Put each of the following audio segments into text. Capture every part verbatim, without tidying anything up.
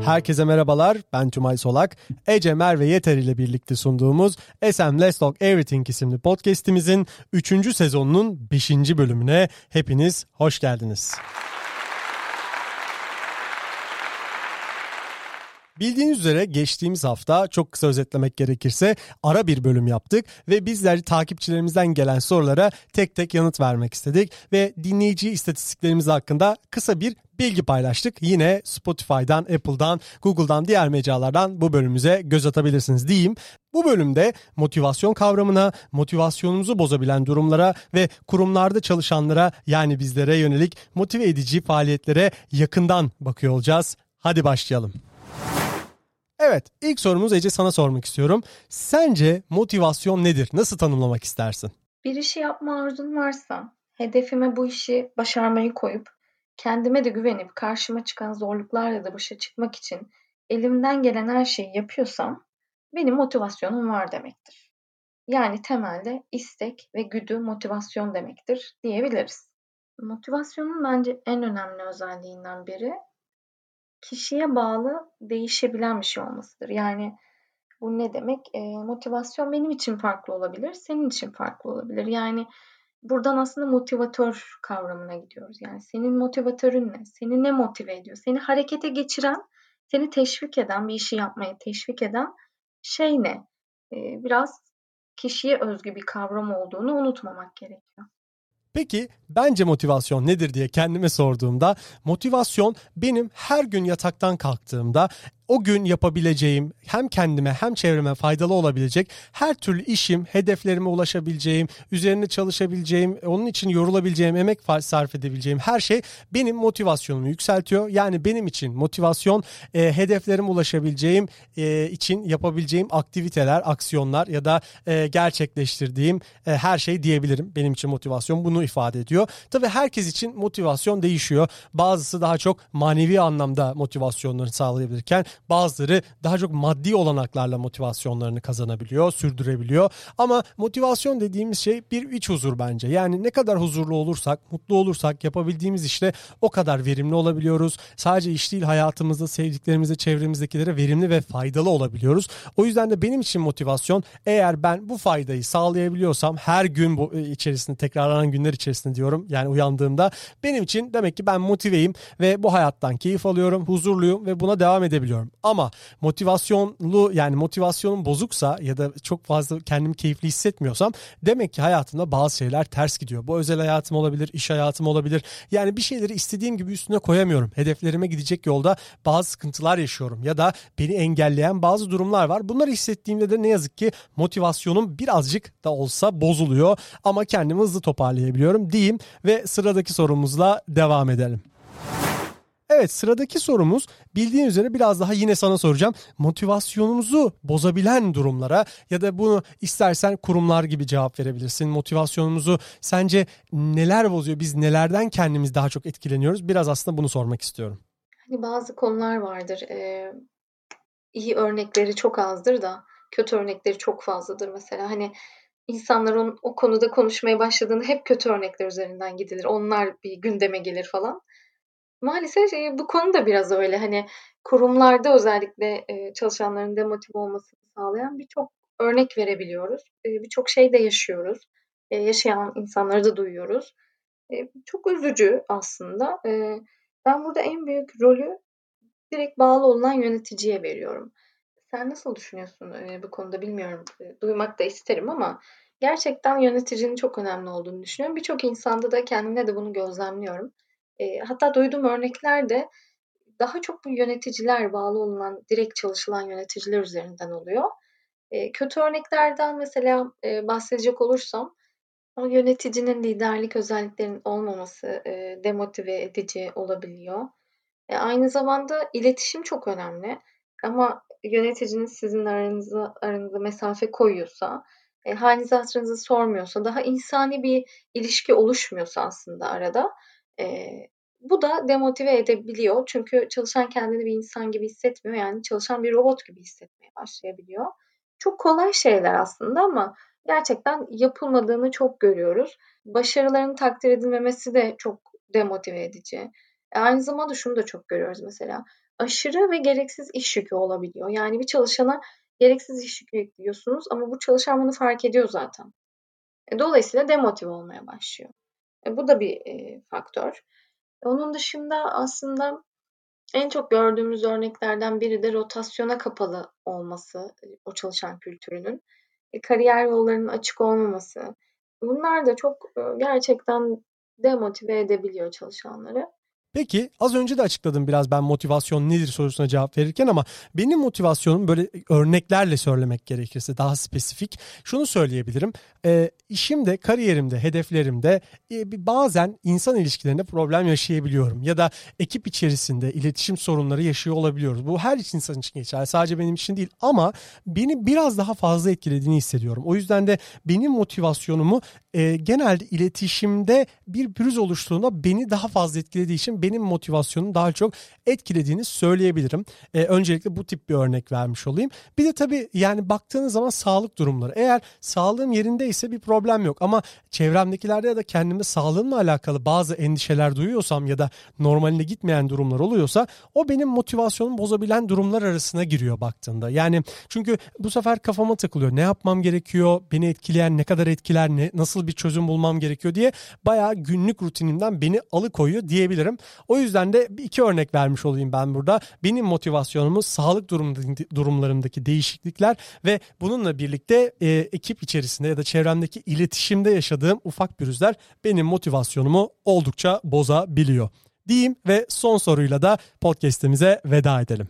Herkese merhabalar, ben Tümay Solak. Ece, Merve Yeter ile birlikte sunduğumuz S M Let's Talk Everything isimli podcastimizin üçüncü sezonunun beşinci bölümüne hepiniz hoş geldiniz. Bildiğiniz üzere geçtiğimiz hafta, çok kısa özetlemek gerekirse, ara bir bölüm yaptık ve bizler takipçilerimizden gelen sorulara tek tek yanıt vermek istedik ve dinleyici istatistiklerimiz hakkında kısa bir bilgi paylaştık. Yine Spotify'dan, Apple'dan, Google'dan, diğer mecralardan bu bölümümüze göz atabilirsiniz diyeyim. Bu bölümde motivasyon kavramına, motivasyonumuzu bozabilen durumlara ve kurumlarda çalışanlara, yani bizlere yönelik motive edici faaliyetlere yakından bakıyor olacağız. Hadi başlayalım. Evet, ilk sorumuz Ece, sana sormak istiyorum. Sence motivasyon nedir? Nasıl tanımlamak istersin? Bir işi yapma arzun varsa, hedefime bu işi başarmayı koyup, kendime de güvenip karşıma çıkan zorluklarla da başa çıkmak için elimden gelen her şeyi yapıyorsam, benim motivasyonum var demektir. Yani temelde istek ve güdü motivasyon demektir diyebiliriz. Motivasyonun bence en önemli özelliğinden biri, kişiye bağlı değişebilen bir şey olmasıdır. Yani bu ne demek? E, motivasyon benim için farklı olabilir, senin için farklı olabilir. Yani buradan aslında motivatör kavramına gidiyoruz. Yani senin motivatörün ne? Seni ne motive ediyor? Seni harekete geçiren, seni teşvik eden, bir işi yapmaya teşvik eden şey ne? E, biraz kişiye özgü bir kavram olduğunu unutmamak gerekiyor. Peki bence motivasyon nedir diye kendime sorduğumda, motivasyon benim her gün yataktan kalktığımda o gün yapabileceğim, hem kendime hem çevreme faydalı olabilecek her türlü işim, hedeflerime ulaşabileceğim, üzerine çalışabileceğim, onun için yorulabileceğim, emek sarf edebileceğim her şey benim motivasyonumu yükseltiyor. Yani benim için motivasyon e, hedeflerime ulaşabileceğim e, için yapabileceğim aktiviteler, aksiyonlar ya da e, gerçekleştirdiğim e, her şey diyebilirim. Benim için motivasyon bunu ifade ediyor. Tabii herkes için motivasyon değişiyor. Bazısı daha çok manevi anlamda motivasyonlarını sağlayabilirken bazıları daha çok maddi olanaklarla motivasyonlarını kazanabiliyor, sürdürebiliyor. Ama motivasyon dediğimiz şey bir iç huzur bence. Yani ne kadar huzurlu olursak, mutlu olursak yapabildiğimiz işte o kadar verimli olabiliyoruz. Sadece iş değil, hayatımızda sevdiklerimize, çevremizdekilere verimli ve faydalı olabiliyoruz. O yüzden de benim için motivasyon, eğer ben bu faydayı sağlayabiliyorsam her gün bu içerisinde, tekrarlanan günler içerisinde diyorum, yani uyandığımda, benim için demek ki ben motiveyim ve bu hayattan keyif alıyorum, huzurluyum ve buna devam edebiliyorum. Ama motivasyonlu, yani motivasyonum bozuksa ya da çok fazla kendimi keyifli hissetmiyorsam, demek ki hayatımda bazı şeyler ters gidiyor. Bu özel hayatım olabilir, iş hayatım olabilir. Yani bir şeyleri istediğim gibi üstüne koyamıyorum. Hedeflerime gidecek yolda bazı sıkıntılar yaşıyorum ya da beni engelleyen bazı durumlar var. Bunları hissettiğimde de ne yazık ki motivasyonum birazcık da olsa bozuluyor ama kendimi hızlı toparlayabiliyorum diyeyim ve sıradaki sorumuzla devam edelim. Evet, sıradaki sorumuz, bildiğin üzere biraz daha yine sana soracağım. Motivasyonumuzu bozabilen durumlara ya da bunu istersen kurumlar gibi cevap verebilirsin. Motivasyonumuzu sence neler bozuyor? Biz nelerden kendimiz daha çok etkileniyoruz? Biraz aslında bunu sormak istiyorum. Hani bazı konular vardır. E, iyi örnekleri çok azdır da kötü örnekleri çok fazladır mesela. Hani insanların o konuda konuşmaya başladığında hep kötü örnekler üzerinden gidilir. Onlar bir gündeme gelir falan. Maalesef e, bu konu da biraz öyle. Hani kurumlarda özellikle e, çalışanların demotive olmasını sağlayan birçok örnek verebiliyoruz. E, birçok şey de yaşıyoruz. E, yaşayan insanları da duyuyoruz. E, çok üzücü aslında. E, ben burada en büyük rolü direkt bağlı olunan yöneticiye veriyorum. Sen nasıl düşünüyorsun e, bu konuda bilmiyorum. E, duymak da isterim ama gerçekten yöneticinin çok önemli olduğunu düşünüyorum. Birçok insanda da kendimde de bunu gözlemliyorum. E, hatta duyduğum örnekler de daha çok bu yöneticiler, bağlı olunan, direkt çalışılan yöneticiler üzerinden oluyor. E, kötü örneklerden mesela e, bahsedecek olursam, o yöneticinin liderlik özelliklerinin olmaması e, demotive edici olabiliyor. E, aynı zamanda iletişim çok önemli. Ama yöneticiniz sizin aranıza, aranıza mesafe koyuyorsa, e, halinizi hatırınızı sormuyorsa, daha insani bir ilişki oluşmuyorsa aslında arada, e, bu da demotive edebiliyor. Çünkü çalışan kendini bir insan gibi hissetmiyor. Yani çalışan bir robot gibi hissetmeye başlayabiliyor. Çok kolay şeyler aslında ama gerçekten yapılmadığını çok görüyoruz. Başarılarının takdir edilmemesi de çok demotive edici. E, aynı zamanda şunu da çok görüyoruz mesela. aşırı ve gereksiz iş yükü olabiliyor. Yani bir çalışana gereksiz iş yükü ekliyorsunuz ama bu çalışan bunu fark ediyor zaten. E, dolayısıyla demotive olmaya başlıyor. E, bu da bir e, faktör. Onun dışında aslında en çok gördüğümüz örneklerden biri de rotasyona kapalı olması, o çalışan kültürünün. E, kariyer yollarının açık olmaması. Bunlar da çok e, gerçekten demotive edebiliyor çalışanları. Peki az önce de açıkladım biraz ben motivasyon nedir sorusuna cevap verirken ama benim motivasyonum böyle örneklerle söylemek gerekirse daha spesifik şunu söyleyebilirim. E, işimde, kariyerimde, hedeflerimde e, bazen insan ilişkilerinde problem yaşayabiliyorum ya da ekip içerisinde iletişim sorunları yaşıyor olabiliyoruz. Bu her insan için geçerli, sadece benim için değil ama beni biraz daha fazla etkilediğini hissediyorum. O yüzden de benim motivasyonumu e, genelde iletişimde bir pürüz oluştuğunda beni daha fazla etkilediği için benim motivasyonum daha çok etkilediğini söyleyebilirim. Ee, öncelikle bu tip bir örnek vermiş olayım. Bir de tabii yani baktığınız zaman sağlık durumları. Eğer sağlığım yerindeyse bir problem yok ama çevremdekilerde ya da kendime sağlığımla alakalı bazı endişeler duyuyorsam ya da normaline gitmeyen durumlar oluyorsa o benim motivasyonumu bozabilen durumlar arasına giriyor baktığında. Yani çünkü bu sefer kafama takılıyor. Ne yapmam gerekiyor? Beni etkileyen ne kadar etkiler? Ne, nasıl bir çözüm bulmam gerekiyor diye bayağı günlük rutinimden beni alıkoyuyor diyebilirim. O yüzden de iki örnek vermiş olayım ben burada. Benim motivasyonumu sağlık durumlarımdaki değişiklikler ve bununla birlikte e, ekip içerisinde ya da çevremdeki iletişimde yaşadığım ufak pürüzler benim motivasyonumu oldukça bozabiliyor. Diyeyim ve son soruyla da podcast'imize veda edelim.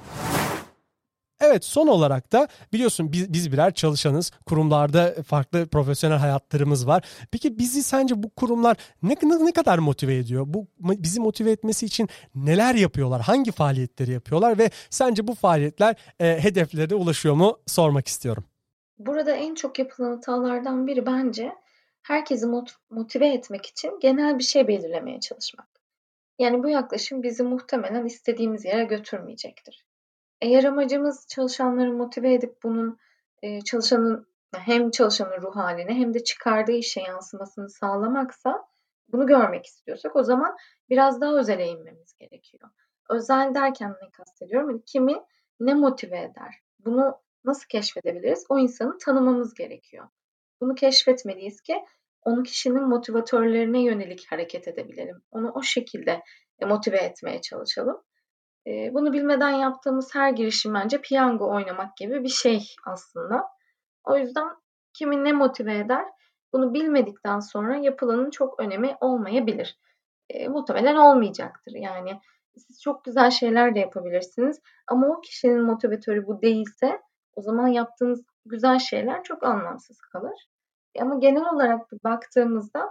Evet, son olarak da biliyorsun biz, biz birer çalışanız. Kurumlarda farklı profesyonel hayatlarımız var. Peki bizi sence bu kurumlar ne, ne, ne kadar motive ediyor? Bu bizi motive etmesi için neler yapıyorlar? Hangi faaliyetleri yapıyorlar ve sence bu faaliyetler e, hedeflerine ulaşıyor mu sormak istiyorum. Burada en çok yapılan hatalardan biri bence herkesi motive etmek için genel bir şey belirlemeye çalışmak. Yani bu yaklaşım bizi muhtemelen istediğimiz yere götürmeyecektir. Eğer amacımız çalışanları motive edip bunun e, çalışanın hem çalışanın ruh haline hem de çıkardığı işe yansımasını sağlamaksa, bunu görmek istiyorsak o zaman biraz daha özele inmemiz gerekiyor. Özel derken ne kastediyorum? Yani kimi ne motive eder? Bunu nasıl keşfedebiliriz? O insanı tanımamız gerekiyor. Bunu keşfetmeliyiz ki onun kişinin motivatörlerine yönelik hareket edebilelim. Onu o şekilde motive etmeye çalışalım. Bunu bilmeden yaptığımız her girişim bence piyango oynamak gibi bir şey aslında. O yüzden kimi ne motive eder, bunu bilmedikten sonra yapılanın çok önemi olmayabilir. E, muhtemelen olmayacaktır. Yani siz çok güzel şeyler de yapabilirsiniz ama o kişinin motivatörü bu değilse o zaman yaptığınız güzel şeyler çok anlamsız kalır. E, ama genel olarak baktığımızda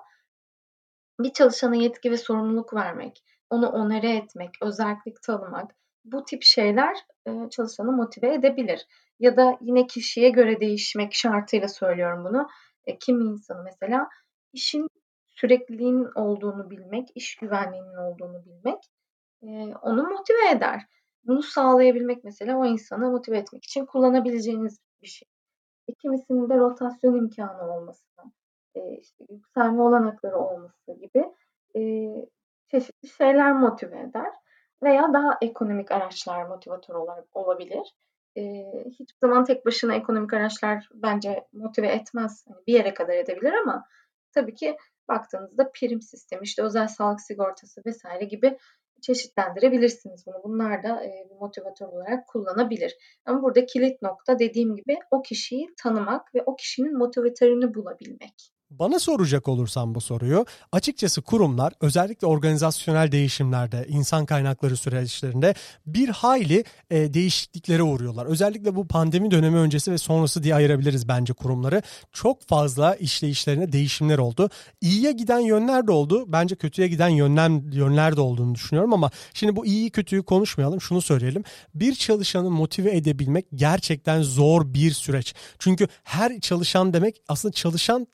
bir çalışana yetki ve sorumluluk vermek, onu onore etmek, özellik tanımak, bu tip şeyler e, çalışanı motive edebilir. Ya da yine kişiye göre değişmek şartıyla söylüyorum bunu. E, kimi insanı mesela işin sürekliliğinin olduğunu bilmek, iş güvenliğinin olduğunu bilmek e, onu motive eder. Bunu sağlayabilmek mesela o insanı motive etmek için kullanabileceğiniz bir şey. E, kimisinin de rotasyon imkanı olması, e, işte yükselme olanakları olması gibi e, çeşitli şeyler motive eder. Veya daha ekonomik araçlar motivatör olarak olabilir. E, hiçbir zaman tek başına ekonomik araçlar bence motive etmez. Yani bir yere kadar edebilir ama tabii ki baktığınızda prim sistemi, işte özel sağlık sigortası vesaire gibi çeşitlendirebilirsiniz bunu. Bunlar da e, bir motivatör olarak kullanabilir. Ama burada kilit nokta dediğim gibi o kişiyi tanımak ve o kişinin motivatörünü bulabilmek. Bana soracak olursam bu soruyu, açıkçası kurumlar özellikle organizasyonel değişimlerde, insan kaynakları süreçlerinde bir hayli e, değişikliklere uğruyorlar. Özellikle bu pandemi dönemi öncesi ve sonrası diye ayırabiliriz bence kurumları. Çok fazla işleyişlerine değişimler oldu. İyiye giden yönler de oldu. Bence kötüye giden yönler, yönler de olduğunu düşünüyorum ama şimdi bu iyiyi kötüyü konuşmayalım. Şunu söyleyelim. Bir çalışanı motive edebilmek gerçekten zor bir süreç. Çünkü her çalışan demek aslında çalışan tek tip insan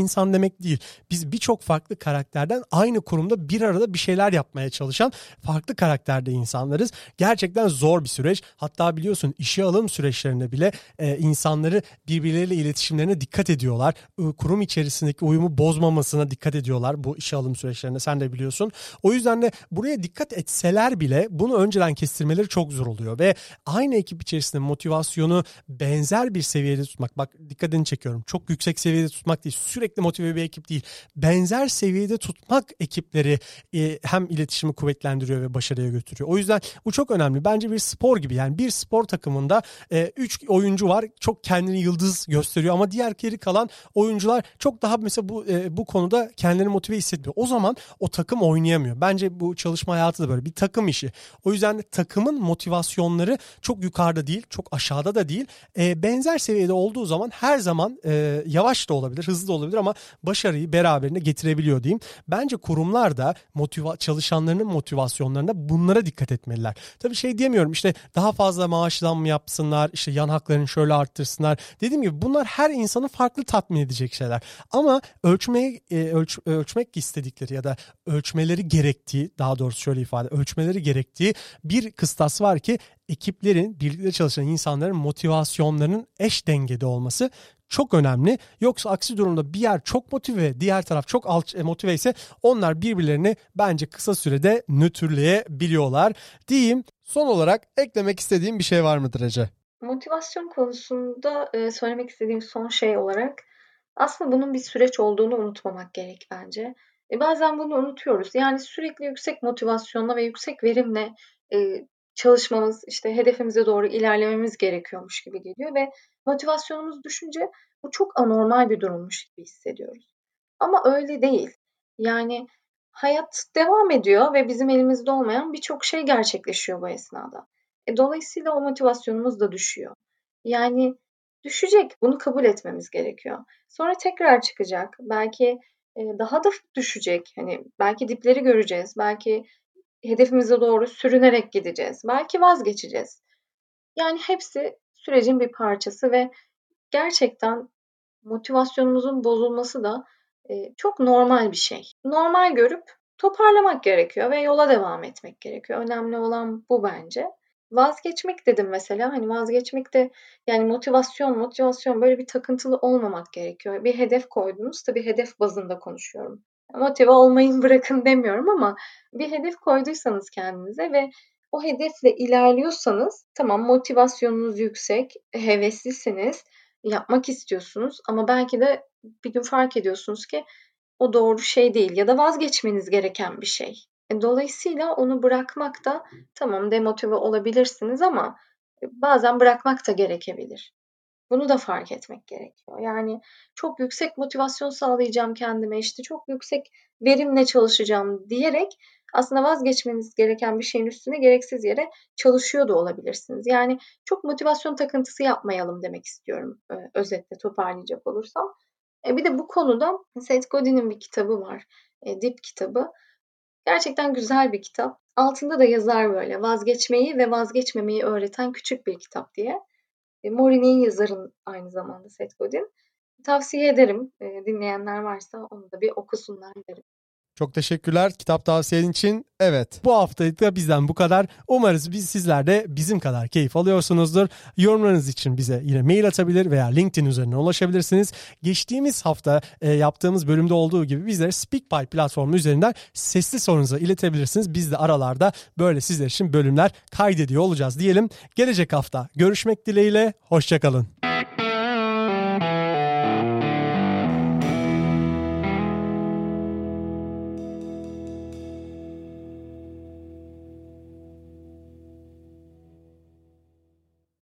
insan demek değil. Biz birçok farklı karakterden aynı kurumda bir arada bir şeyler yapmaya çalışan farklı karakterde insanlarız. Gerçekten zor bir süreç. Hatta biliyorsun işe alım süreçlerinde bile e, insanları birbirleriyle iletişimlerine dikkat ediyorlar. Kurum içerisindeki uyumu bozmamasına dikkat ediyorlar bu işe alım süreçlerinde, sen de biliyorsun. O yüzden de buraya dikkat etseler bile bunu önceden kestirmeleri çok zor oluyor ve aynı ekip içerisinde motivasyonu benzer bir seviyede tutmak, bak dikkatini çekiyorum, çok yüksek seviyede tutmak değil, sürekli motive bir ekip değil, benzer seviyede tutmak ekipleri e, hem iletişimi kuvvetlendiriyor ve başarıya götürüyor. O yüzden bu çok önemli. Bence bir spor gibi, yani bir spor takımında üç e, oyuncu var, çok kendini yıldız gösteriyor ama diğer geri kalan oyuncular çok daha mesela bu e, bu konuda kendilerini motive hissetmiyor. O zaman o takım oynayamıyor. Bence bu çalışma hayatı da böyle bir takım işi. O yüzden de takımın motivasyonları çok yukarıda değil, çok aşağıda da değil. E, benzer seviyede olduğu zaman her zaman e, yavaş da olabilir, hızlı da olabilir ama başarıyı beraberinde getirebiliyor diyeyim. Bence kurumlar da motiva- çalışanlarının motivasyonlarına bunlara dikkat etmeliler. Tabii şey diyemiyorum, işte daha fazla maaş zammı yapsınlar, işte yan haklarını şöyle arttırsınlar. Dediğim gibi bunlar her insanı farklı tatmin edecek şeyler. Ama ölçmeye e, ölç, ölçmek istedikleri ya da ölçmeleri gerektiği, daha doğrusu şöyle ifade, ölçmeleri gerektiği bir kıstas var ki ekiplerin, birlikte çalışan insanların motivasyonlarının eş dengede olması çok önemli. Yoksa aksi durumda bir yer çok motive, diğer taraf çok alt motive ise onlar birbirlerini bence kısa sürede nötrleyebiliyorlar diyeyim. Son olarak eklemek istediğim bir şey var mıdır Ece? Motivasyon konusunda e, söylemek istediğim son şey olarak aslında bunun bir süreç olduğunu unutmamak gerek bence. E, bazen bunu unutuyoruz. Yani sürekli yüksek motivasyonla ve yüksek verimle e, çalışmamız, işte hedefimize doğru ilerlememiz gerekiyormuş gibi geliyor ve motivasyonumuz düşünce bu çok anormal bir durummuş gibi hissediyoruz. Ama öyle değil. Yani hayat devam ediyor ve bizim elimizde olmayan birçok şey gerçekleşiyor bu esnada. E, dolayısıyla o motivasyonumuz da düşüyor. Yani düşecek, bunu kabul etmemiz gerekiyor. Sonra tekrar çıkacak, belki e, daha da düşecek. Hani belki dipleri göreceğiz, belki hedefimize doğru sürünerek gideceğiz, belki vazgeçeceğiz. Yani hepsi sürecin bir parçası ve gerçekten motivasyonumuzun bozulması da e, çok normal bir şey. Normal görüp toparlamak gerekiyor ve yola devam etmek gerekiyor. Önemli olan bu bence. Vazgeçmek dedim mesela. Hani vazgeçmek de yani motivasyon, motivasyon böyle bir takıntılı olmamak gerekiyor. Bir hedef koydunuz, tabii hedef bazında konuşuyorum. Motive olmayın bırakın demiyorum ama bir hedef koyduysanız kendinize ve o hedefle ilerliyorsanız tamam, motivasyonunuz yüksek, heveslisiniz, yapmak istiyorsunuz ama belki de bir gün fark ediyorsunuz ki o doğru şey değil ya da vazgeçmeniz gereken bir şey. E, dolayısıyla onu bırakmak da tamam, demotive olabilirsiniz ama bazen bırakmak da gerekebilir. Bunu da fark etmek gerekiyor. Yani çok yüksek motivasyon sağlayacağım kendime, işte çok yüksek verimle çalışacağım diyerek aslında vazgeçmeniz gereken bir şeyin üstüne gereksiz yere çalışıyor da olabilirsiniz. Yani çok motivasyon takıntısı yapmayalım demek istiyorum, özetle toparlayacak olursam. Bir de bu konuda Seth Godin'in bir kitabı var, Dip kitabı. Gerçekten güzel bir kitap. Altında da yazar böyle, vazgeçmeyi ve vazgeçmemeyi öğreten küçük bir kitap diye. Mori'nin yazarın aynı zamanda Seth Godin. Tavsiye ederim. Dinleyenler varsa onu da bir okusunlar derim. Çok teşekkürler kitap tavsiyen için. Evet, bu haftalık da bizden bu kadar. Umarız biz sizler de bizim kadar keyif alıyorsunuzdur. Yorumlarınız için bize yine mail atabilir veya LinkedIn üzerinden ulaşabilirsiniz. Geçtiğimiz hafta e, yaptığımız bölümde olduğu gibi bizlere SpeakPipe platformu üzerinden sesli sorunuzu iletebilirsiniz. Biz de aralarda böyle sizler için bölümler kaydediyor olacağız diyelim. Gelecek hafta görüşmek dileğiyle. Hoşça kalın.